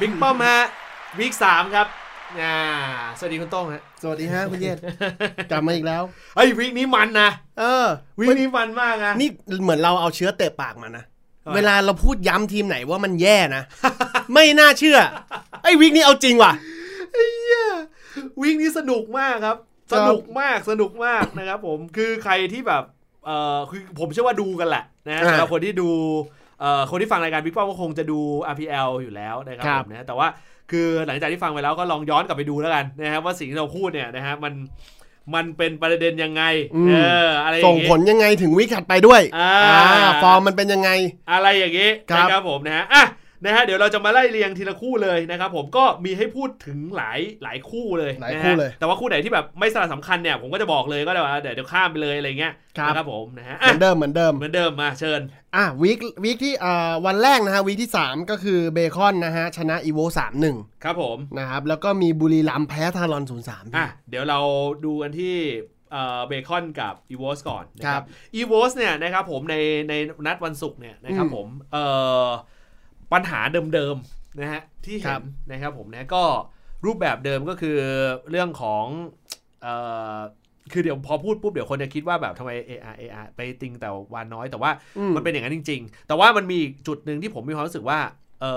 บิ๊กป้อมฮะวีค3ครับสวัสดีคุณโต้งฮะสวัสดีฮะคุณเยศกลับมาอีกแล้วไอ้วีคนี้มันนะวีคนี้มันมากนะนี่เหมือนเราเอาเชื้อเตะปากมานะเวลาเราพูดย้ำทีมไหนว่ามันแย่นะ ไม่น่าเชื่อไอ้วีคนี้เอาจริงว่ะไอ้เหี้ยวีคนี้สนุกมากครับสนุกมากนะครับผมคือใครที่แบบคือผมเชื่อว่าดูกันแหละนะสำหรับคนที่ดูคนที่ฟังรายการบิ๊กป้อมก็คงจะดู RPL อยู่แล้วนะครับผมนะแต่ว่าคือหลังจากที่ฟังไปแล้วก็ลองย้อนกลับไปดูแล้วกันนะครับว่าสิ่งที่เราพูดเนี่ยนะฮะมันเป็นประเด็นยังไงอะไรส่งผลยังไงถึงวิกถัดไปด้วยฟอร์มมันเป็นยังไงอะไรอย่างงี้นะครับผมนะฮะเดี๋ยวเราจะมาไล่เรียงทีละคู่เลยนะครับผมก็มีให้พูดถึงหลายคู่เลยนะฮะแต่ว่าคู่ไหนที่แบบไม่สาระสำคัญเนี่ยผมก็จะบอกเลยก็ได้ว่าเดี๋ยวข้ามไปเลยอะไรเงี้ยนะครับผมนะฮะเหมือนเดิมมาเชิญวีคที่วันแรกนะฮะวีคที่3ก็คือเบคอนนะฮะชนะอีโว 3-1 ครับผมนะครับแล้วก็มีบุรีรัมย์แพ้ทารอน 0-3 เดี๋ยวเราดูกันที่เบคอนกับอีโวสก่อนนะครับอีโวสเนี่ยนะครับผมในนัดวันศุกร์เนี่ยนะครับผมปัญหาเดิมๆนะฮะที่เห็นนะครับผมนะก็รูปแบบเดิมก็คือเรื่องของคือเดี๋ยวพอพูดปุ๊บเดี๋ยวคนจะคิดว่าแบบทำไมAR ไปติงแต่วานน้อยแต่ว่ามันเป็นอย่างนั้นจริงๆแต่ว่ามันมีจุดนึงที่ผมมีความรู้สึกว่า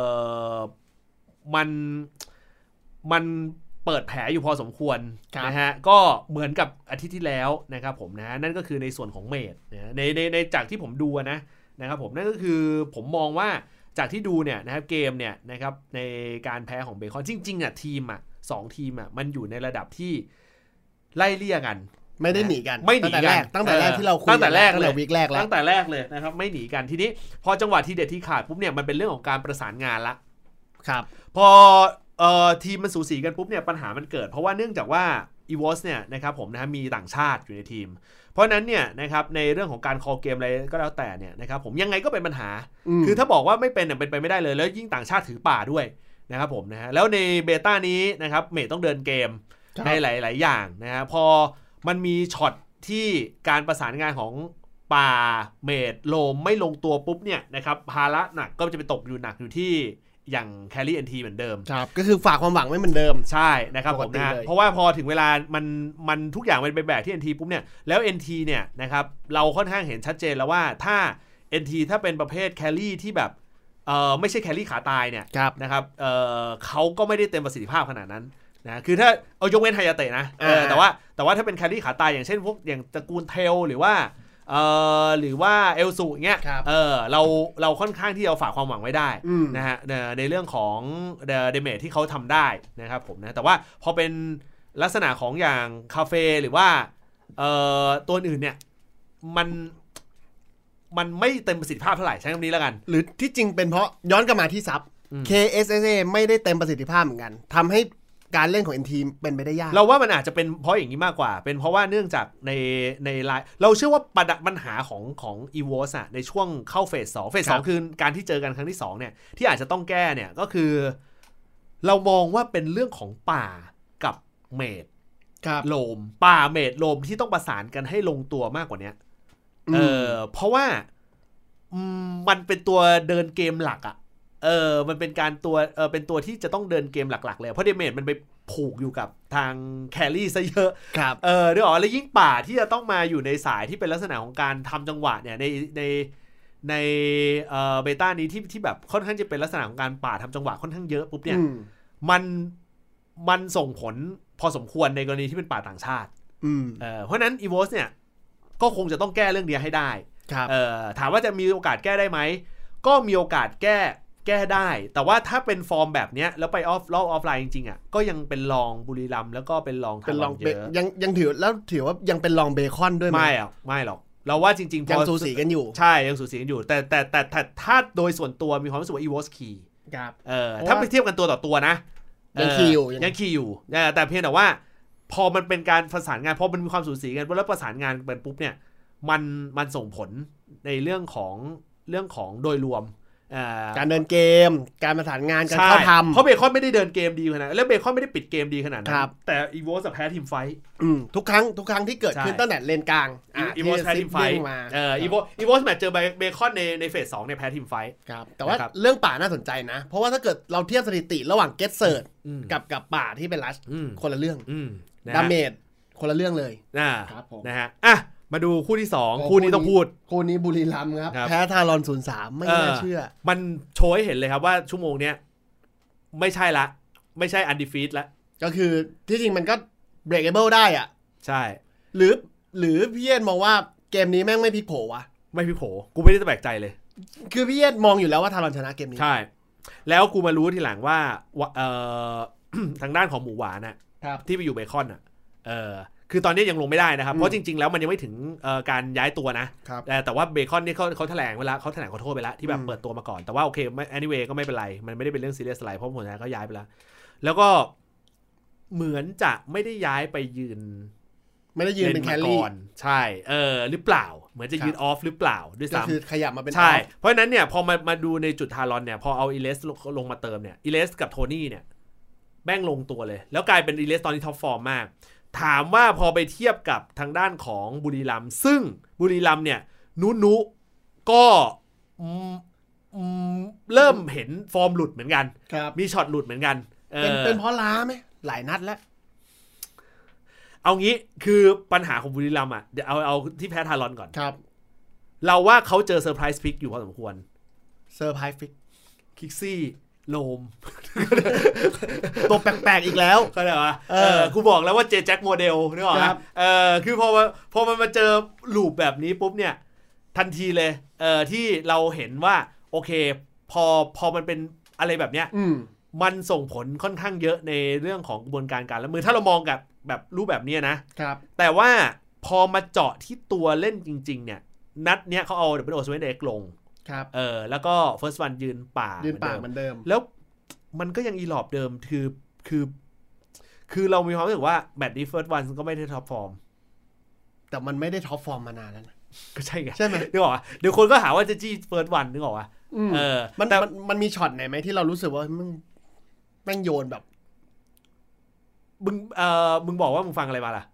มันเปิดแผลอยู่พอสมควรนะฮะก็เหมือนกับอาทิตย์ที่แล้วนะครับผมนะนั่นก็คือในส่วนของเมดนะในจากที่ผมดูนะครับผมนั่นก็คือผมมองว่าจากที่ดูเนี่ยนะครับเกมเนี่ยนะครับในการแพ้ของเบคอนจริงๆอ่ะทีมอ่ะ2ทีมอ่ะมันอยู่ในระดับที่ไล่เลี่ยกันไม่ได้หนีกันตั้งแต่แรกที่เราคุยตั้งแต่แรกเลยวีคแรกแล้วตั้งแต่แรกเลยนะครับไม่หนีกันทีนี้พอจังหวะที่เด็ดที่ขาดปุ๊บเนี่ยมันเป็นเรื่องของการประสานงานละครับพอทีมมันสูสีกันปุ๊บเนี่ยปัญหามันเกิดเพราะว่าเนื่องจากว่าอีวอสเนี่ยนะครับผมนะมีต่างชาติอยู่ในทีมเพราะนั้นเนี่ยนะครับในเรื่องของการคอลเกมอะไรก็แล้วแต่เนี่ยนะครับผมยังไงก็เป็นปัญหาคือถ้าบอกว่าไม่เป็นไปไม่ได้เลยแล้วยิ่งต่างชาติถือป่าด้วยนะครับผมนะฮะแล้วในเบต้านี้นะครับเมทต้องเดินเกมในหลายๆอย่างนะฮะพอมันมีช็อตที่การประสานงานของป่าเมทโลมไม่ลงตัวปุ๊บเนี่ยนะครับภาระหนักก็จะไปตกอยู่หนักอยู่ที่อย่างแคลรี่ NT เหมือนเดิมครับก็คือฝากความหวังไว้เหมือนเดิมใช่นะครับผมนะเพราะว่าพอถึงเวลามันทุกอย่างมันไปแบกที่ NT ปุ๊บเนี่ยแล้ว NT เนี่ยนะครับเราค่อนข้างเห็นชัดเจนแล้วว่าถ้า NT ถ้าเป็นประเภทแคลรี่ที่แบบไม่ใช่แคลรี่ขาตายเนี่ยนะครับเขาก็ไม่ได้เต็มประสิทธิภาพขนาดนั้นนะคือถ้ายกเว้นไฮยาเตะนะแต่ว่าถ้าเป็นแคลรี่ขาตายอย่างเช่นพวกอย่างตระกูลเทลหรือว่าเอลซูอย่างเงี้ยเราค่อนข้างที่จะฝากความหวังไว้ได้นะฮะในเรื่องของเดเมจที่เขาทำได้นะครับผมนะแต่ว่าพอเป็นลักษณะของอย่างคาเฟ่หรือว่าตัวอื่นเนี่ยมันไม่เต็มประสิทธิภาพเท่าไหร่ใช้คำนี้แล้วกันหรือที่จริงเป็นเพราะย้อนกลับมาที่ซับ KSSA ไม่ได้เต็มประสิทธิภาพเหมือนกันทำให้การเล่นของ NT เป็นไปได้ยากเราว่ามันอาจจะเป็นเพราะอย่างนี้มากกว่าเป็นเพราะว่าเนื่องจากในไลน์เราเชื่อว่าปัญหาของ EVOS อ่ะในช่วงเข้าเฟส2คือการที่เจอกันครั้งที่2เนี่ยที่อาจจะต้องแก้เนี่ยก็คือเรามองว่าเป็นเรื่องของป่ากับเมดโลมป่าเมดโลมที่ต้องประสานกันให้ลงตัวมากกว่านี้เพราะว่ามันเป็นตัวเดินเกมหลักอ่ะมันเป็นการตัวเป็นตัวที่จะต้องเดินเกมหลักๆเลยเพราะเดเมจมันไปผูกอยู่กับทางแครี่ซะเยอะครับเดี๋ยวแล้วยิ่งป่าที่จะต้องมาอยู่ในสายที่เป็นลักษณะของการทำจังหวะเนี่ยในเบต้านี้ที่แบบค่อนข้างจะเป็นลักษณะของการป่าทำจังหวะค่อนข้างเยอะปุ๊บเนี่ยมันส่งผลพอสมควรในกรณีที่เป็นป่าต่างชาติเพราะนั้นอีโวสเนี่ยก็คงจะต้องแก้เรื่องนี้ให้ได้ถามว่าจะมีโอกาสแก้ได้ไหมก็มีโอกาสแก้ได้แต่ว่าถ้าเป็นฟอร์มแบบนี้แล้วไปออฟไลน์จริงๆอ่ะก็ยังเป็นรองบุรีรัมย์แล้วก็เป็นรองทารอนเยอะยังถือว่ายังเป็นรองเบคอนด้วยไหมไม่หรอกเราว่าจริงๆยังสูสีกันอยู่ใช่ยังสูสีกันอยู่แต่ถ้าโดยส่วนตัวมีความรู้สึกว่าอีวอสคีถ้าไปเทียบกันตัวต่อตัวนะยังคีอยู่แต่เพียงแต่ว่าพอมันเป็นการประสานงานพอมันมีความสูสีกันแล้วประสานงานเป็นปุ๊บเนี่ยมันส่งผลในเรื่องของโดยรวมการเดินเกมการประสานงานการเข้าทำเพราะเบคอนไม่ได้เดินเกมดีขนาดแล้วเบคอนไม่ได้ปิดเกมดีขนาดนั้นแต่อีโวแพ้ทีมไฟทุกครั้งที่เกิดขึ้นตั้งแต่เลนกลางอีโวแพ้ทีมไฟอีโวแมตช์เจอเบคอนในเฟส2เนี่ยแพ้ทีมไฟครับแต่ว่าเรื่องป่าน่าสนใจนะเพราะว่าถ้าเกิดเราเทียบสถิติระหว่างเกตเซิร์ดกับป่าที่เป็นลัชคนละเรื่องดาเมจคนละเรื่องเลยครับผมนะฮะอ่ะมาดูคู่ที่2คู่นี้ต้องพูดคู่นี้บุรีรัมย์ครับแพ้ทารอน 0-3 ไม่น่าเชื่อมันโชว์ให้เห็นเลยครับว่าชั่วโมงเนี้ยไม่ใช่ละไม่ใช่อันดิฟีตละก็คือที่จริงมันก็เบรกเบิลได้อ่ะใช่หรือพี่เอ็ดมองว่าเกมนี้แม่งไม่พลิกโผวะไม่พลิกโผกูไม่ได้แปลกใจเลยคือพี่เอ็ดมองอยู่แล้วว่าทารอนชนะเกมนี้ใช่แล้วกูมารู้ทีหลังว่าทางด้านของหมูหวานน่ะที่ไปอยู่เบคอนน่ะคือตอนนี้ยังลงไม่ได้นะครับเพราะจริงๆแล้วมันยังไม่ถึงการย้ายตัวนะแต่ว่าเบคอนนี่เขาแถลงเวลาเขาแถลงขอโทษไปแล้วที่แบบเปิดตัวมาก่อนแต่ว่าโอเค anyway ก็ไม่เป็นไรมันไม่ได้เป็นเรื่องซีเรียสอะไรเพราะผลงานเขาย้ายไปแล้วก็เหมือนจะไม่ได้ย้ายไปยืนเป็นแครี่ใช่หรือเปล่าเหมือนจะยืนออฟหรือเปล่าด้วยซ้ำก็คือขยับมาเป็นใช่เพราะฉะนั้นเนี่ยพอมาดูในจุดทารอนเนี่ยพอเอาอีเลสลงมาเติมเนี่ยอีเลสกับโทนี่เนี่ยแม่งลงตัวเลยแล้วกลายเป็นอีเลสตอนนี้ท็อปฟอร์มมากถามว่าพอไปเทียบกับทางด้านของบุรีรัมย์ซึ่งบุรีรัมย์เนี่ยนุก็เริ่มเห็นฟอร์มหลุดเหมือนกันมีช็อตหลุดเหมือนกันเป็นเพราะล้าไหมหลายนัดแล้วเอางี้คือปัญหาของบุรีรัมย์อ่ะเดี๋ยวเอาที่แพ้ทารอนก่อนครับเราว่าเขาเจอเซอร์ไพรส์พิกอยู่พอสมควรเซอร์ไพรส์พิกคิกซี่โลมตัวแปลกๆอีกแล้วเข้าใจป่ะกูบอกแล้วว่าเจแจ็คโมเดลนึกออกไหมคือพอมันมาเจอลูปแบบนี้ปุ๊บเนี่ยทันทีเลยที่เราเห็นว่าโอเคพอมันเป็นอะไรแบบเนี้ยมันส่งผลค่อนข้างเยอะในเรื่องของกระบวนการการละมือถ้าเรามองกับแบบรูปแบบนี้นะครับแต่ว่าพอมาเจาะที่ตัวเล่นจริงๆเนี่ยนัดเนี้ยเขาเอาWO7X ลงครับแล้วก็ First One ยืนป่าเหมือนเดิมแล้วมันก็ยังอีหลอบเดิมคือเรามีความรู้สึกว่าแมตช์นี้ First One ก็ไม่ได้ท็อปฟอร์มแต่มันไม่ได้ท็อปฟอร์มมานานแล้วนะก็ใช่ไงใช่ไหมนึกออกป่ะเดี๋ยวคนก็หาว่าจะจี้ First One นึกออกป่ะมันมีช็อตไหนไหมที่เรารู้สึกว่าแม่งโยนแบบมึงบอกว่ามึงฟังอะไรมาล่ะ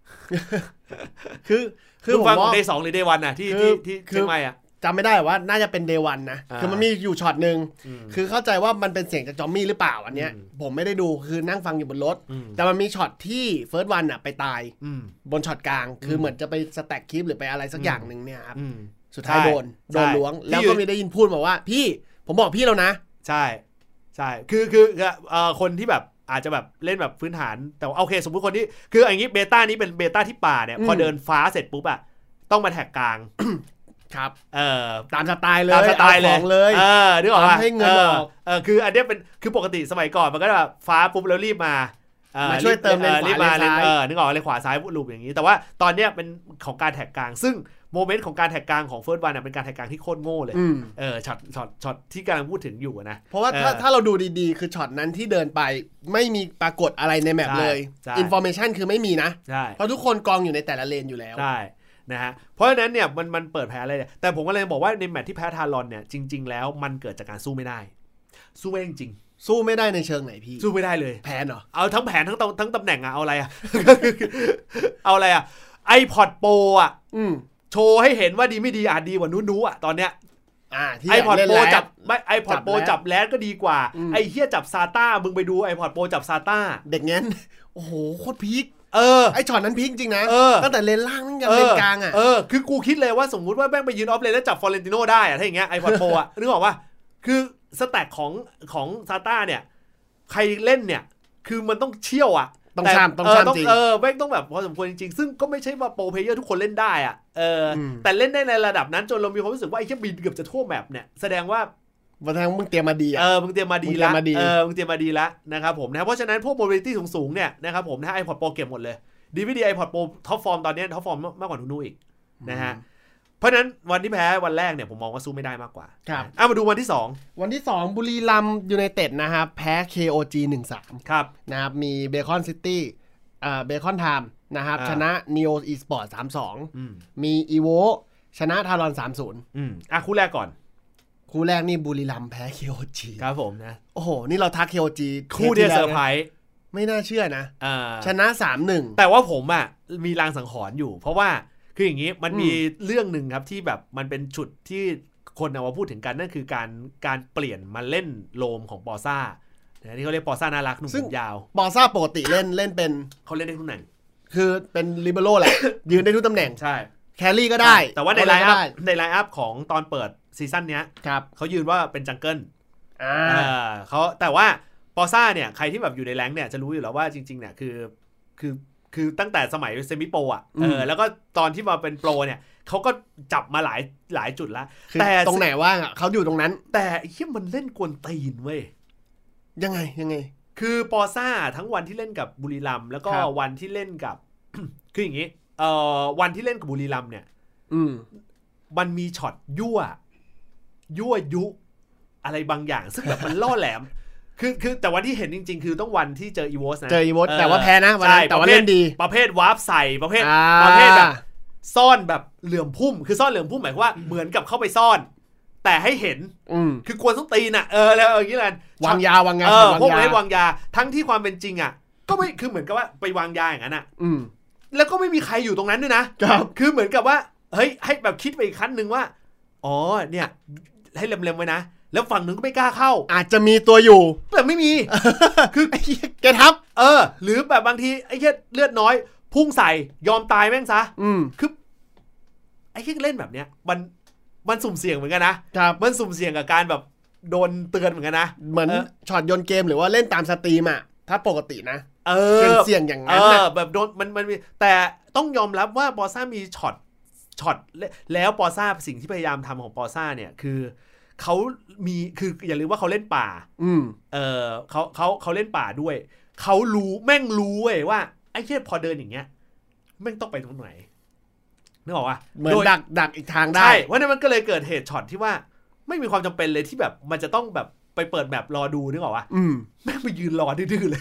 คือผมฟัง Day 2หรือ Day 1น่ะที่เชียงใหม่อ่ะจำไม่ได้ว่าน่าจะเป็น Day 1นะคือมันมีอยู่ช็อตนึงคือเข้าใจว่ามันเป็นเสียงจากจอมมี่หรือเปล่าอันเนี้ยผมไม่ได้ดูคือนั่งฟังอยู่บนรถแต่มันมีช็อตที่ First One อ่ะไปตายบนช็อตกลางคือเหมือนจะไปสแต็กคลิปหรือไปอะไรสักอย่างนึงเนี่ยครับสุดท้ายโดนล้วงแล้วก็มีได้ยินพูดมาว่าพี่ผมบอกพี่แล้วนะใช่คือคนที่แบบอาจจะแบบเล่นแบบพื้นฐานแต่โอเคสมมุติคนที่คืออย่างนี้เบต้านี้เป็นเบต้าที่ป่าเนี่ยพอเดินฟ้าเสร็จปุ๊บอะต้องมาแท็กกลางครับตามสไตล์เลยของเลยนึกออกป่ะให้เงินออกคืออันนี้เป็นคือปกติสมัยก่อนมันก็แบบฟ้าปุ๊บแล้วรีบมาช่วยเติมเลนขวาเลนซ้ายนึกออกเลนขวาซ้ายลูปอย่างนี้แต่ว่าตอนเนี้ยเป็นของการแท็กกลางซึ่งโมเมนต์ของการแท็กกลางของเฟิร์สวันเป็นการแท็กกลางที่โคตรโง่เลยช็อตที่กำลังพูดถึงอยู่นะเพราะว่าถ้าเราดูดีๆคือช็อตนั้นที่เดินไปไม่มีปรากฏอะไรในแมปเลยอินฟอร์เมชันคือไม่มีนะเพราะทุกคนกองอยู่ในแต่ละเลนอยู่แล้วใช่นะฮะเพราะฉะนั้นเนี่ยมันเปิดแพ้เลยแต่ผมก็เลยบอกว่าในแมตช์ที่แพ้ทารอนเนี่ยจริงๆแล้วมันเกิดจากการสู้ไม่ได้สู้ไม่จริงสู้ไม่ได้ในเชิงไหนพี่สู้ไม่ได้เลยแผนเหรอเอาทั้งแผนทั้งตำแหน่งอะเอาอะไรอะ เอาอะไรอะ iPod Pro อะโชว์ให้เห็นว่าดีไม่ดีอาจดีกว่านู้ๆอะตอนเนี้ยiPod Pro จับไม่ iPod Pro จับแลนก็ดีกว่าไอ้เหี้ยจับซาต้ามึงไปดู iPod Pro จับซาต้าเด็กงั้นโอ้โหโคตรพีคไอ้ช็อตนั้นพีคจริงนะตั้งแต่เลนล่างยันเลนกลางอ่ะคือกูคิดเลยว่าสมมุติว่าแม่งไปยืนออฟเลนแล้วจับฟอเรนติโน่ได้อะถ้าอย่างเงี้ย iPod Pro อะนึกออกป่ะคือสแต็กของซาต้าเนี่ยใครเล่นเนี่ยคือมันต้องเชี่ยวอะต้องชามจริงแม่งต้องแบบพอสมควรจริงๆซึ่งก็ไม่ใช่ว่าโปรเพลเยอร์ทุกคนเล่นได้อ่ะแต่เล่นได้ในระดับนั้นจนเรามีความรู้สึกว่าไอ้เหี้ยบินเกือบจะทั่วแมปเนี่ยแสดงว่ามึงเตรียมมาดีมึงเตรียมมาดีละมึงเตรียมมาดีละนะครับผมนะเพราะฉะนั้นพวกโมบิลิตี้สูงๆเนี่ยนะครับผมนะ iPod Pro เก็บหมดเลยดีไม่ดี iPod Pro ท็อปฟอร์มตอนนี้ท็อปฟอร์มมากกว่านูอีกนะฮะเพราะฉะนั้นวันที่แพ้วันแรกเนี่ยผมมองว่าสู้ไม่ได้มากกว่าครับมาดูวันที่ 2บุรีรัมย์ยูไนเต็ดนะครับแพ้ KOG 1-3 ครับนะครับมีเบคอนซิตี้เบคอนไทม์นะครับชนะ Neo Esport 3-2มี Evo ชนะทารอน 3-0 คู่แรกก่อนคู่แรกนี่บุรีรัมย์แพ้ KOG ครับผมนะโอ้โหนี่เราทัก KOG คู่เดียวเซอร์ไพรส์ไม่น่าเชื่อนะชนะ 3-1 แต่ว่าผมอ่ะมีรางสังหรณ์อยู่เพราะว่าคืออย่างนี้มันมีเรื่องนึงครับที่แบบมันเป็นจุดที่คนเอามาพูดถึงกันนั่นคือการเปลี่ยนมาเล่นโลมของปอซ่าที่เขาเรียกปอซ่าน่ารักหนุ่มยาวปอซ่าปกติเล่นเป็นเขาเล่นได้ทุกตำแหน่งคือเป็นลิเบโร่แหละยืนได้ทุกตำแหน่งใช่แครี่ก็ได้แต่ว่าในไลน์อัพของตอนเปิดซีซั่นเนี้ยเขายืนว่าเป็นจังเกิลเขาแต่ว่าปอซ่าเนี่ยใครที่แบบอยู่ในแรงค์เนี่ยจะรู้อยู่แล้วว่าจริงๆเนี่ยคือตั้งแต่สมัยเซมิโปรอ่ะแล้วก็ตอนที่มาเป็นโปรเนี่ยเขาก็จับมาหลายจุดแล้วแต่ตรงไหนว่างอ่ะเขาอยู่ตรงนั้นแต่ไอ้ที่มันเล่นกวนตีนเว้ยยังไงคือปอซ่าทั้งวันที่เล่นกับบุรีรัมย์แล้วก็วันที่เล่นกับ คืออย่างนี้วันที่เล่นกับบุรีรัมย์เนี่ยมันมีช็อตยั่วยุอะไรบางอย่างซึ่งแบบมันล่อแหลมคือแต่วันที่เห็นจริงๆคือต้องวันที่เจออีโวสนะเจออีโวสแต่ว่าแพ้นะวันนั้นแต่ว่าเล่นดีประเภทวาร์ปใส่ประเภทแบบซ่อนแบบเหลื่อมพุ่มคือซ่อนเหลื่อมพุ่มหมายความว่าเหมือนกับเข้าไปซ่อนแต่ให้เห็นคือกวนส้นตีนอ่ะแล้วอย่างนี้แหละวางยาพวกนี้วางยาทั้งที่ความเป็นจริงอ่ะก็ไม่คือเหมือนกับว่าไปวางยาอย่างนั้นอ่ะแล้วก็ไม่มีใครอยู่ตรงนั้นด้วยนะคือเหมือนกับว่าเฮ้ยให้แบบคิดไปอีกขั้นนึงว่าอ๋อเนี่ยให้เล็มๆไว้นะแล้วฝั่งนึงก็ไม่กล้าเข้าอาจจะมีตัวอยู่แต่ไม่มีคือแกทับหรือแบบบางทีไอ้แค่เลือดน้อยพุ่งใส่ยอมตายแม่งซะคือไอ้แค่เล่นแบบเนี้ยมันสุ่มเสี่ยงเหมือนกันนะมันสุ่มเสี่ยงกับการแบบโดนเตือนเหมือนกันนะเหมือนช็อตโยนเกมหรือว่าเล่นตามสตรีมอ่ะถ้าปกตินะเสี่ยงอย่างนั้นแบบโดนมันมีแต่ต้องยอมรับว่าปอซ่ามีช็อตแล้วปอซ่าสิ่งที่พยายามทำของปอซ่าเนี่ยคือเขามีคืออย่าลืมว่าเขาเล่นป่าเขาเล่นป่าด้วยเขารู้แม่งรู้เว้ยว่าไอ้เหี้ยพอเดินอย่างเงี้ยแม่งต้องไปตรงไหนนึกออกป่ะเหมือนดักอีกทางได้ใช่เพราะนั้นมันก็เลยเกิดเหตุช็อตที่ว่าไม่มีความจำเป็นเลยที่แบบมันจะต้องแบบไปเปิดแบบรอดูนึกออกป่ะแม่งไปยืนรอดื้อๆเลย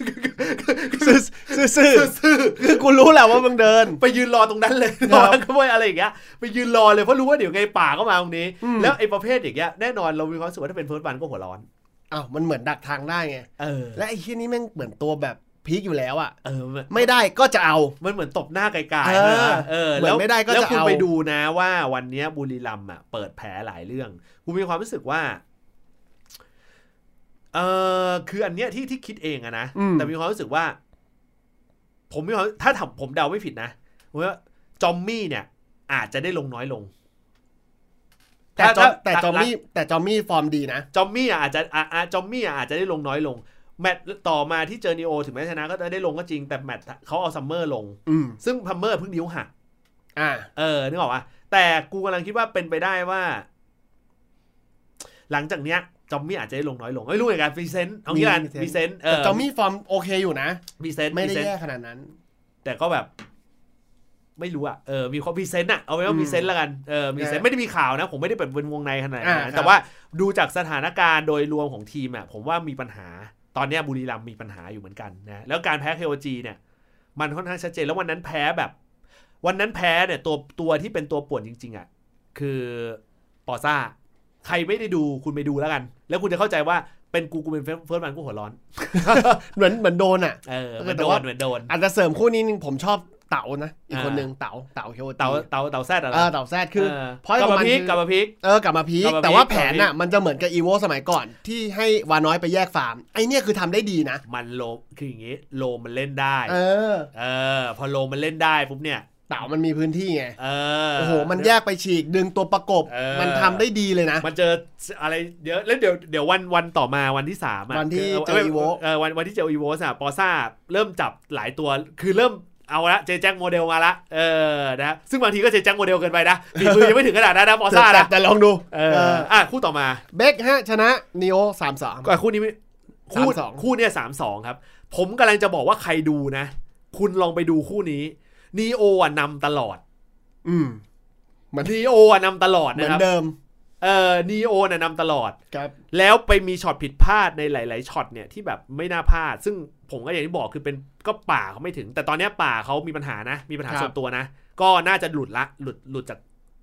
ซื่อคือกูรู้แหละว่ามึงเดินไปยืนรอตรงนั้นเลยรอก็ไม่อะไรอย่างเงี้ยไปยืนรอเลยเพราะรู้ว่าเดี๋ยวไงป่าก็มาตรงนี้แล้วไอ้ประเภทอย่างเงี้ยแน่นอนเรามีความรู้สึกว่าถ้าเป็นเฟิร์สวันก็หัวร้อนอ้าวมันเหมือนดักทางได้ไงและไอ้ที่นี่แม่งเหมือนตัวแบบพีคอยู่แล้วอ่ะไม่ได้ก็จะเอามันเหมือนตบหน้าไกลๆแล้วไม่ได้ก็จะเอาแล้วคุณไปดูนะว่าวันนี้บุรีรัมย์อ่ะเปิดแผลหลายเรื่องกูมีความรู้สึกว่าคืออันเนี้ยที่คิดเองอะนะแต่มีความรู้สึกว่าผมมีความถ้าผมเดาไม่ผิดนะว่าจอมมี่เนี่ยอาจจะได้ลงน้อยลงแต่จอมมี่ฟอร์มดีนะจอมมี่อาจจะได้ลงน้อยลงแมตช์ต่อมาที่เจอนีโอถึงแม้ชนะก็ได้ลงก็จริงแต่แมตช์เขาเอาซัมเมอร์ลงซึ่งซัมเมอร์เพิ่งนิ้วหักนึกออกป่ะแต่กูกำลังคิดว่าเป็นไปได้ว่าหลังจากเนี้ยจอมมี่อาจจะได้ลงน้อยลงไม่รู้เหมือนกันฟีเซนต์เอางี้กันฟีเซนต์จอมมี่ฟอร์มโอเคอยู่นะฟีเซนต์ไม่ได้แย่ขนาดนั้นแต่ก็แบบไม่รู้อ่ะมีความฟีเซนต์อ่ะเอาไว้ว่าฟีเซนต์แล้วกันมีเซนต์ไม่ได้มีข่าวนะผมไม่ได้เป็นวงในขนาดนั้นแต่ว่าดูจากสถานการณ์โดยรวมของทีมอ่ะผมว่ามีปัญหาตอนนี้บุรีรัมย์มีปัญหาอยู่เหมือนกันนะแล้วการแพ้ KOG เนี่ยมันค่อนข้างชัดเจนแล้ววันนั้นแพ้เนี่ยตัวที่เป็นตัวป่วนจริงๆอ่ะคือปอซ่าใครไม่ได้ดูคุณไปดูแล้วกันแล้วคุณจะเข้าใจว่าเป็นกูเป็นเฟิร์สแมนกูหัวร้อนเหมือนโดนอ่ะเหมือนโดนอาจจะเสริมคู่นี้นึงผมชอบเต๋านะอีกคนนึงเต๋าเคียวเต๋าแซดอะไรเต๋าแซดคือเพราะกลับมาพีคกลับมาพีคแต่ว่าแผนน่ะมันจะเหมือนกับอีโวสมัยก่อนที่ให้วาน้อยไปแยกฟาร์มไอเนี่ยคือทำได้ดีนะมันโลคืออย่างงี้โลมันเล่นได้พอโลมันเล่นได้ปุ๊บเนี่ยเต๋ามันมีพื้นที่ไงโอ้โหมันแยกไปฉีกดึงตัวประกบมันทำได้ดีเลยนะมันเจออะไรเดี๋ยววันต่อมาวันที่3 วันที่เจออีโววันที่เจออีโวสปอซ่าเริ่มจับหลายตัวคือเริ่มเอาละเจแจ็คโมเดลมาละนะซึ่งบางทีก็เจแจ็คโมเดลเกินไปนะฝีมือยังไม่ถึงขนาดนั้นนะปอซ่านะแต่ลองดูคู่ต่อมาเบคฮะชนะนีโอ 3-2 ก็คู่นี้คู่เนี่ย 3-2 ครับผมกำลังจะบอกว่าใครดูนะคุณลองไปดูคู่นี้นีโออ่ะนำตลอดนีโออ่ะนำตลอดนะครับเหมือนเดิมนีโอน่ะนำตลอดครับแล้วไปมีช็อตผิดพลาดในหลายๆช็อตเนี่ยที่แบบไม่น่าพลาดซึ่งผมก็อย่างที่บอกคือเป็นก็ป่าเขาไม่ถึงแต่ตอนนี้ป่าเขามีปัญหานะมีปัญหาส่วนตัวนะก็น่าจะหลุดจาก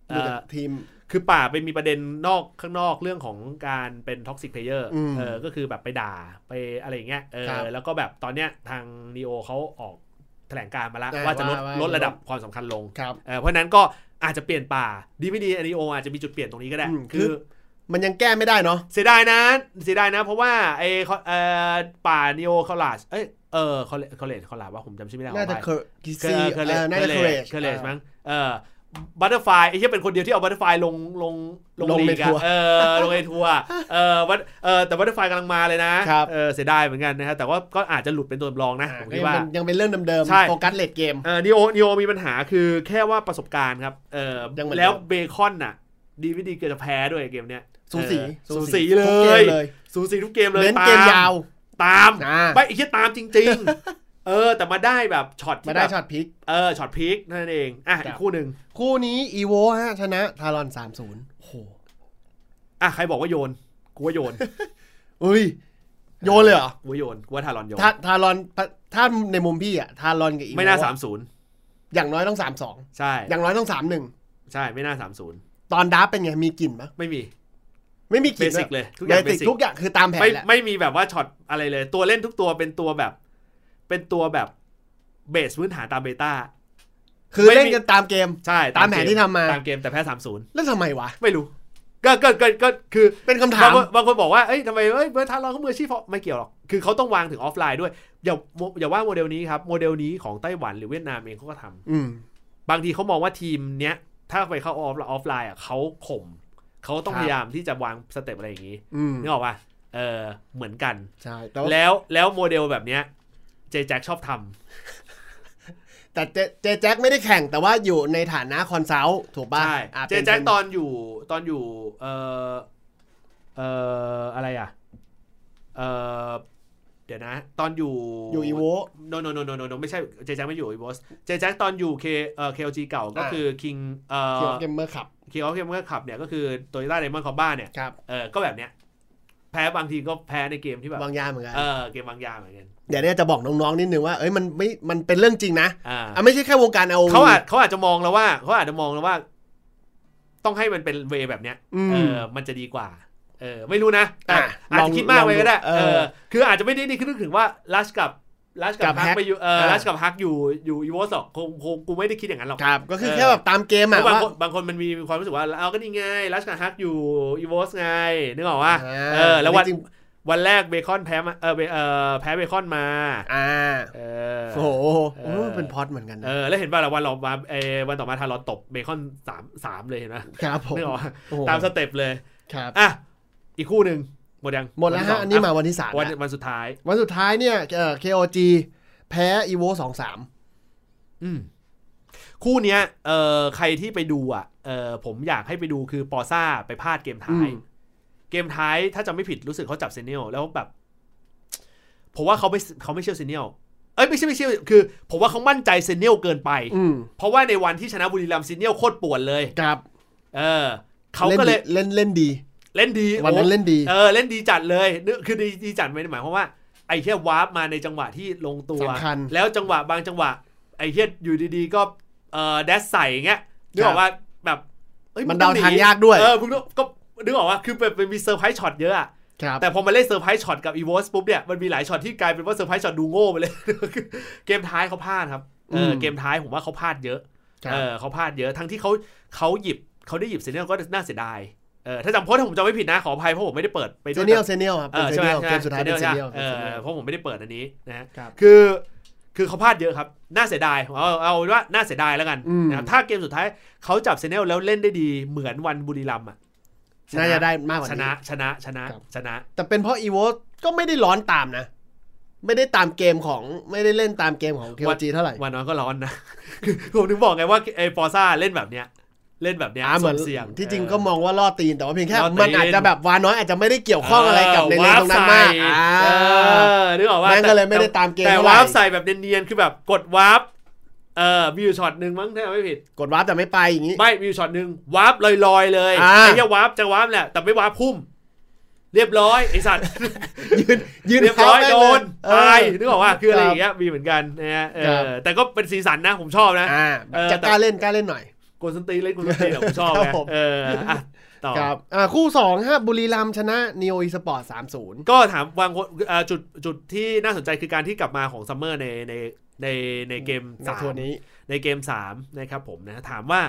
ทีมคือป่าไปมีประเด็นข้างนอกเรื่องของการเป็นท็อกซิกเพลเยอร์ก็คือแบบไปด่าไปอะไรอย่างเงี้ยแล้วก็แบบตอนเนี้ยทางนีโอเขาออกแถลงการมาแล้วว่าจะลดระดับความสำคัญลงเพราะนั้นก็อาจจะเปลี่ยนป่าดีไม่ดีนีโออาจจะมีจุดเปลี่ยนตรงนี้ก็ได้คือมันยังแก้ไม่ได้เนาะเสียดายนะเพราะว่าไอ้ป่านีโอคอลาจคอเลจว่าผมจำชื่อไม่ได้น่าจะเคอเลจมั้งบัตเตอร์ไฟไอ้ที่เป็นคนเดียวที่เอาบัตเตอร์ไฟลงในทัวร์ลงในทัวร์แต่บัตเตอร์ไฟกำลังมาเลยนะเสียดายเหมือนกันนะครับแต่ว่าก็อาจจะหลุดเป็นตัวรองนะผมคิดว่ายังเป็นเรื่องเดิมๆโฟกัสเลดเกมนีโอมีปัญหาคือแค่ว่าประสบการณ์ครับแล้วเบคอนน่ะดีไม่ดีเกิดจะแพ้ด้วยเกมเนี้ยสูสีเลยสูสีทุกเกมเลยเน้นเกมยาวตามไม่ไอ้ที่ตามจริงๆแต่มาได้แบบช็อตมาได้ช็อตพีคช็อตพีคนั่นเองอีกคู่นึงคู่นี้อีโวฮะชนะทารอน 3-0 โอ้โหใครบอกว่าโยนกูว่าโยนโยนเลยเหรอกูว่าโยนกูว่าทารอนโยนทารอนถ้าในมุมพี่อ่ะทารอนกับอีโวไม่น่า 3-0 อย่างน้อยต้อง 3-2 ใช่อย่างน้อยต้อง 3-1 ใช่ไม่น่า 3-0 ตอนดับเป็นไงมีกลิ่นปะไม่มีกลิ่นเบสิกเลยทุกอย่างเบสิกทุกอย่างคือตามแผนแหละไม่มีแบบว่าช็อตอะไรเลยตัวเล่นทุกตัวเป็นตัวแบบเบสพื้นฐานตามเบต้าคือเล่นกันตามเกมใช่ตามแผนที่ทำมาตามเกมแต่แพ้ 3-0 แล้วทำไมวะไม่รู้ก็คือเป็นคำถามบางคนบอกว่าทำไมเบอร์ทารอนเขามืออาชีพไม่เกี่ยวหรอกคือเขาต้องวางถึงออฟไลน์ด้วยอย่าว่าโมเดลนี้ครับโมเดลนี้ของไต้หวันหรือเวียดนามเองเขาก็ทำบางทีเขามองว่าทีมเนี้ยถ้าไปเข้าออฟไลน์เขาข่มเขาต้องพยายามที่จะวางสเต็ปอะไรอย่างนี้นึกออกป่ะเหมือนกันใช่แล้วโมเดลแบบเนี้ยเจแจ็คชอบทำแต่เจแจ็คไม่ได้แข่งแต่ว่าอยู่ในฐานะคอนซัลท์ถูกป่ะใช่เจแจ็คตอนอยู่อะไรอ่ะเดี๋ยวนะตอนอยู่อีโวโนไม่ใช่เจแจ็คไม่อยู่อีโวเจแจ็คตอนอยู่KLG เก่าก็คือ King เกมเมอร์คัพ King of Gamer Cup เนี่ยก็คือ Toyota Diamond Copa เนี่ยก็แบบเนี้ยแพ้บางทีก็แพ้ในเกมที่แบบวางยาเหมือนกันเกมวางยาเหมือนกันเดี๋ยวนี้จะบอกน้องๆนิดนึงว่ามันเป็นเรื่องจริงนะไม่ใช่แค่วงการเอาเขาอาจจะมองแล้วว่าต้องให้มันเป็นเวแบบเนี้ยมันจะดีกว่าไม่รู้นะแต่อาจจะคิดมากไปก็ได้คืออาจจะไม่ได้นี่คือนึกถึงว่าลัชกับฮักไปอยู่ลัชกับฮักอยู่อีโวสคงกูไม่ได้คิดอย่างนั้นหรอกครับก็คือแค่แบบตามเกมอ่ะบางคนมันมีความรู้สึกว่าเอาก็นี่ไงลัชกับฮักอยู่อีโวสไงนึกออกว่าแล้ววันแรกเบคอนแพ้แพ้เบคอนมาโอ้โหเป็นพอดเหมือนกันแล้วเห็นป่ะวันเรามาวันต่อมาทารอนตบเบคอน3เลยเห็นไหมครับผมนึกออกตามสเต็ปเลยครับอีกคู่นึงหมดแล้วฮะอันนี้มาวันที่3 วันสุดท้ายเนี่ยKOG แพ้อีโว 2-3 คู่เนี้ยใครที่ไปดูผมอยากให้ไปดูคือปอซ่าไปพลาดเกมท้ายถ้าจำไม่ผิดรู้สึกเขาจับเซเนียลแล้วแบบผมว่าเขาไม่เชื่อเซเนียลไม่ใช่คือผมว่าเขามั่นใจเซเนียลเกินไปเพราะว่าในวันที่ชนะบุรีรัมย์เซเนียลโคตรป่วนเลยครับเขาก็เลยเล่นดีวันนั้นเล่นดีเล่นดีจัดเลยคือดีจัดไม่ได้หมายความว่าไอ้แค่วาร์ปมาในจังหวะที่ลงตัวแล้วจังหวะบางจังหวะไอ้แค่อยู่ดีๆก็แดชใส่อย่างเงี้ยนึกออกว่าแบบมันเดาทางยากด้วยมึงก็นึกออกว่าคือเป็นมีเซอร์ไพรส์ช็อตเยอะอะแต่พอมาเล่นเซอร์ไพรส์ช็อตกับอีโวสปุ๊บเนี่ยมันมีหลายช็อตที่กลายเป็นว่าเซอร์ไพรส์ช็อตดูโง่ไปเลยเกมท้ายเขาพลาดครับเกมท้ายผมว่าเขาพลาดเยอะเขาพลาดเยอะทั้งที่เขาได้หยิบเซเนียลก็น่าเสียดายถ้าผมจำไม่ผิดนะขออภัยเพราะผมไม่ได้เปิดไปด้วยเซเนียลครับใช่ไหมเกมสุดท้ายเป็นเซเนียลเพราะผมไม่ได้เปิดอันนี้นะฮะคือเขาพลาดเยอะครับน่าเสียดายเอาว่าน่าเสียดายแล้วกันนะครับถ้าเกมสุดท้ายเขาจับเซเนียลแล้วเล่นได้ดีเหมือนวันบุรีรัมย์น่าจะได้มากกว่านี้ชนะแต่เป็นเพราะอีโวก็ไม่ได้ร้อนตามนะไม่ได้ตามเกมของไม่ได้เล่นตามเกมของ KOG เท่าไหร่วันนั้นก็ร้อนนะผมถึงบอกไงว่าไอ้ฟอร์ซ่าเล่นแบบเนี้ยเหมือนเสี่ยงที่จริงก็มองว่าล่อตีนแต่ว่าเพียงแค่มันอาจจะแบบวาน้อยอาจจะไม่ได้เกี่ยวข้องอะไรกับในเลนตรงนั้นมากนึกออกว่าแม่งก็เลยไม่ได้ตามเกมแต่วาร์ปใส่แบบเนียนๆคือแบบกดวาร์ปมีอยู่ช็อตนึงมั้งถ้าไม่ผิดกดวาร์ปแต่ไม่ไปอย่างงี้ไม่มีอยู่ช็อตนึงวาร์ปลอยๆเลยไอ้เหี้ยวาร์ปจะวาร์ปแหละแต่ไม่วาร์ปพุ่มเรียบร้อยไอ้สัตว์ยืนเรียบร้อยโดนตายนึกออกว่าคืออะไรอย่างเงี้ยมีเหมือนกันนะฮะแต่ก็เป็นสีสันนะผมชอบนะจะกล้าเล่นหน่อยกวนส้นตีนเล่นกวนส้นตีนผมชอบไงต่อครับคู่2ฮะบุรีรัมย์ชนะนีโออีสปอร์ต 3-0 ก็ถามวางจุดที่น่าสนใจคือการที่กลับมาของซัมเมอร์ในเกม3นี้ในเกม3นะครับผมนะถามว่า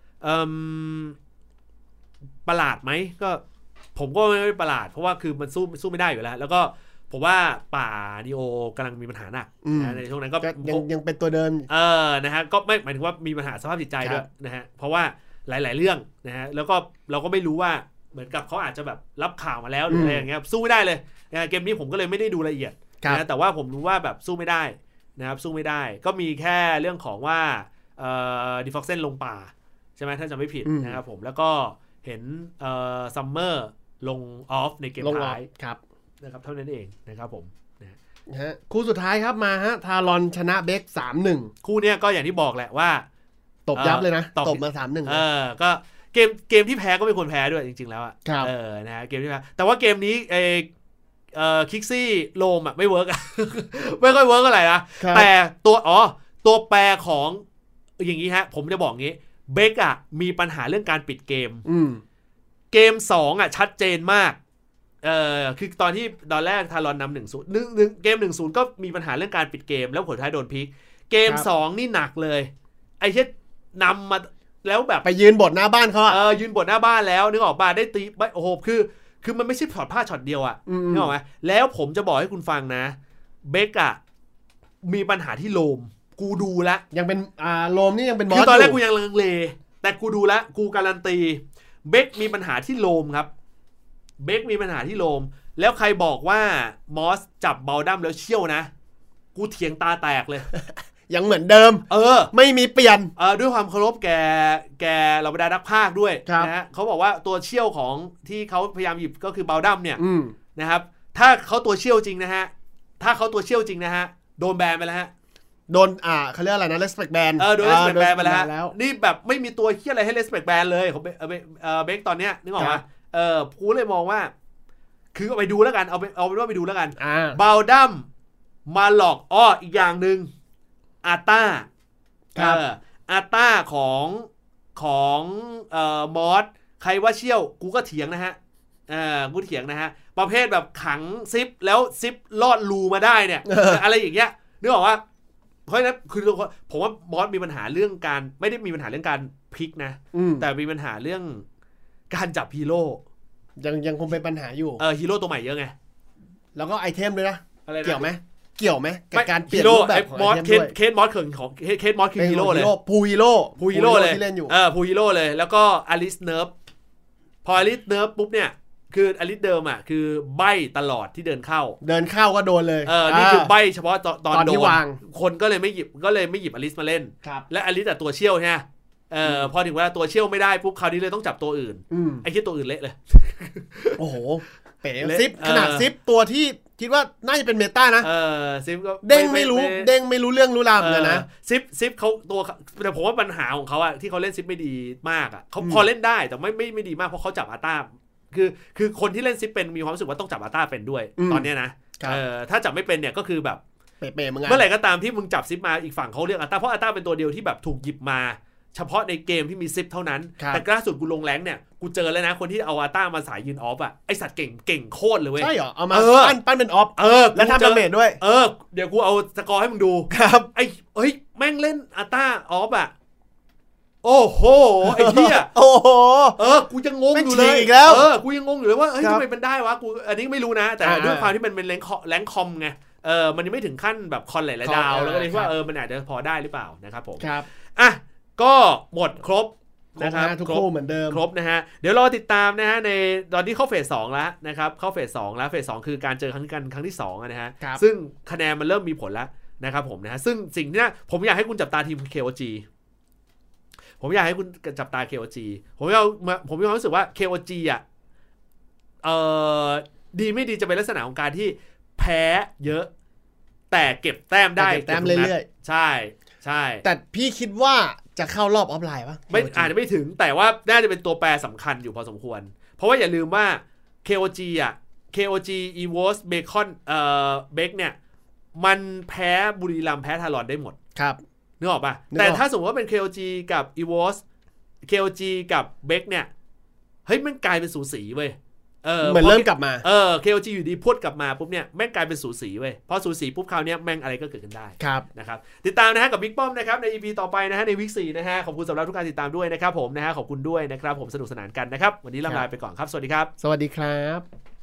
ประหลาดไหมก็ผมก็ไม่ประหลาดเพราะว่าคือมันสู้ไม่ได้อยู่แล้วก็ผมว่าป่านีโอกำลังมีปัญหาหนักในช่วงนั้นก็ยังเป็นตัวเดิมนะฮะก็ไม่หมายถึงว่ามีปัญหาสภาพจิตใจด้วยนะฮะเพราะว่าหลายๆเรื่องนะฮะแล้วก็เราก็ไม่รู้ว่าเหมือนกับเขาอาจจะแบบรับข่าวมาแล้วหรืออะไรอย่างเงี้ยสู้ไม่ได้เลยเกมนี้ผมก็เลยไม่ได้ดูละเอียดนะแต่ว่าผมรู้ว่าแบบสู้ไม่ได้นะครับสู้ไม่ได้ก็มีแค่เรื่องของว่าดิฟ็อกเซนลงป่าใช่ไหมถ้าจำไม่ผิดนะครับผมแล้วก็เห็นซัมเมอร์ลงออฟในเกมท้ายนะครับเท่านั้นเองนะครับผมนะฮะคู่สุดท้ายครับมาฮะทารอนชนะเบค 3-1 คู่เนี้ยก็อย่างที่บอกแหละว่าตบยับเลยนะตบมา 3-1 ก็เกมที่แพ้ก็ไม่ควรแพ้ด้วยจริงๆแล้วนะเกมที่แพ้แต่ว่าเกมนี้คิกซี่โลมอ่ะไม่เวิร์กไม่ค่อยเวิร์กอะไรนะแต่ตัวแปรของอย่างนี้ฮะผมจะบอกงี้เบคอ่ะมีปัญหาเรื่องการปิดเกมเกม2อ่ะชัดเจนมากคือตอนที่ตอนแรกทารอนนำ 1-0 เกม 1-0 ก็มีปัญหาเรื่องการปิดเกมแล้วผลท้ายโดนพลิกเกม2นี่หนักเลยไอ้เช่นนำมาแล้วแบบไปยืนบทหน้าบ้านเขายืนบทหน้าบ้านแล้วนึกออกป่ะได้ตีโอ้โหคือมันไม่ใช่ช็อตพลาดช็อตเดียวอ่ะนึกออกไหมแล้วผมจะบอกให้คุณฟังนะเบคอ่ะมีปัญหาที่โลมกูดูแล้วยังเป็นโลมนี่ยังเป็นมอสคือตอนแรกกูยังลังเลแต่กูดูแล้วกูการันตีเบคมีปัญหาที่โลมครับเบคมีปัญหาที่โลมแล้วใครบอกว่ามอสจับเบลดัมแล้วเชี่ยวนะกูเถียงตาแตกเลยยังเหมือนเดิมไม่มีเปลี่ยนด้วยความเคารพแกเราบรรดานักพากย์ด้วยนะฮะเขาบอกว่าตัวเชี่ยวของที่เขาพยายามหยิบก็คือเบลดัมเนี่ยนะครับถ้าเขาตัวเชี่ยวจริงนะฮะโดนแบนไปแล้วฮะโดนเขาเรียกอะไรนะ respect ban โดน respect ban ไปแล้วนี่แบบไม่มีตัวเหี้ยอะไรให้ respect ban เลยของเบคตอนเนี้ยนึกออกมั้ยกูเลยมองว่าคือเอาไปดูแล้วกันเอาเป็นว่าไปดูแล้วกันเบลดัมมาหลอกอีกอย่างนึงอาต้าอาต้าของมอสใครว่าเชี่ยวกูก็เถียงนะฮะกูเถียงนะฮะประเภทแบบขังซิปแล้วซิปลอดรูมาได้เนี่ย อะไรอย่างเงี้ยนึกออกว่าเพราะฉะนั้นคือผมว่ามอสมีปัญหาเรื่องการไม่ได้มีปัญหาเรื่องการพลิกนะแต่มีปัญหาเรื่องการจับฮีโร่ยังคงเป็นปัญหาอยู่ฮีโร่ตัวใหม่เยอะไงแล้วก็ไอเทมด้วยนะเกี่ยวไหมกับการเปลี่ยนรูปแบบของไอเทมด้วยเคสมอสคือฮีโร่เลยพูฮีโร่เลยที่เล่นอยู่พูฮีโร่เลยแล้วก็อลิสเนิร์ฟพออลิสเนิร์ฟปุ๊บเนี่ยคืออลิสเดิมอ่ะคือใบ้ตลอดที่เดินเข้าก็โดนเลยนี่คือใบ้เฉพาะตอนที่วางคนก็เลยไม่หยิบอลิสมาเล่นและอลิสแต่ตัวเชี่ยวใช่ไหมพอถึงเวลาตัวเชี่ยวไม่ได้ปุ๊บคราวนี้เลยต้องจับตัวอื่นไอ้ที่ตัวอื่นเละเลยโอ้โหเป๋ซิปขนาดซิปตัวที่คิดว่าน่าจะเป็นเมตานะซิปก็เด้งไม่รู้เรื่องรู้ราวเลยนะซิปเขาตัวแต่ผมว่าปัญหาของเขาอะที่เขาเล่นซิปไม่ดีมากอะเขาพอเล่นได้แต่ไม่ดีมากเพราะเขาจับอาต้าคือคนที่เล่นซิปเป็นมีความรู้สึกว่าต้องจับอาต้าเป็นด้วยตอนนี้นะถ้าจับไม่เป็นเนี่ยก็คือแบบเป๋เมื่อไหร่ก็ตามที่มึงจับซิปมาอีกฝั่งเขาเรียกอาต้าเพราะอาต้าเป็นตัวเดียวที่แบบถูกหยิบมาเฉพาะในเกมที่มีซิปเท่านั้นแต่ล่าสุดกูลงแรงเนี่ยกูเจอแล้วนะคนที่เอาอาต้ามาสายยืนออฟอ่ะไอสัตว์เก่งโคตรเลยเว้ยใช่เหรอเอามาปั้นเป็นออฟแล้วทำดาเมจด้วยเดี๋ยวกูเอาสกอร์ให้มึงดูครับแม่งเล่นอาต้าออฟอ่ะโอ้โหไอ้เหี้ยโอ้โหกูจะงงอยู่เลยอีกแล้วกูยังงงอยู่เลยว่าเฮ้ยทำไมมันได้วะกูอันนี้ไม่รู้นะแต่ด้วยความที่มันเป็นแรงคอมไงมันยังไม่ถึงขั้นแบบคอนหลายๆดาวแล้วก็เลยว่ามันอาจจะพอได้หรือเปล่านะครับผมครับก็หมดครบนะครับทุกคู่เหมือนเดิมครบนะฮะเดี๋ยวรอติดตามนะฮะในตอนที่เข้าเฟส2แล้วนะครับเข้าเฟส2แล้วเฟส2คือการเจอครั้งที่2นะฮะซึ่งคะแนนมันเริ่มมีผลแล้วนะครับผมนะฮะซึ่งสิ่งที่ผมอยากให้คุณจับตาทีม KOG ผมอยากให้คุณจับตา KOG ผมมีความรู้สึกว่า KOG อ่ะดีไม่ดีจะเป็นลักษณะของการที่แพ้เยอะแต่เก็บแต้มได้แต้มเรื่อยๆใช่แต่พี่คิดว่าจะเข้ารอบออฟไลน์ป่ะไม่อาจจะไม่ถึงแต่ว่าน่าจะเป็นตัวแปรสำคัญอยู่พอสมควรเพราะว่าอย่าลืมว่า KOG EVOS Bacon Beck เนี่ยมันแพ้บุรีรัมย์แพ้ทารอนได้หมดครับนึกออกป่ะแต่ถ้าสมมติว่าเป็น KOG กับ EVOS KOG กับเบคเนี่ยเฮ้ยมันกลายเป็นสูสีเว้ยเหมือนเริ่มกลับมา KOG อยู่ดีพูดกลับมาปุ๊บเนี่ยแม่งกลายเป็นสูสีเว้ยพอสูสีปุ๊บคราวนี้แม่งอะไรก็เกิดขึ้นได้ครับนะครับติดตามนะฮะกับบิ๊กป้อมนะครับใน EP ต่อไปนะฮะในวีค 4นะฮะขอบคุณสำหรับทุกการติดตามด้วยนะครับผมนะฮะขอบคุณด้วยนะครับผมสนุกสนานกันนะครับวันนี้ลาไปก่อนครับสวัสดีครับสวัสดีครับ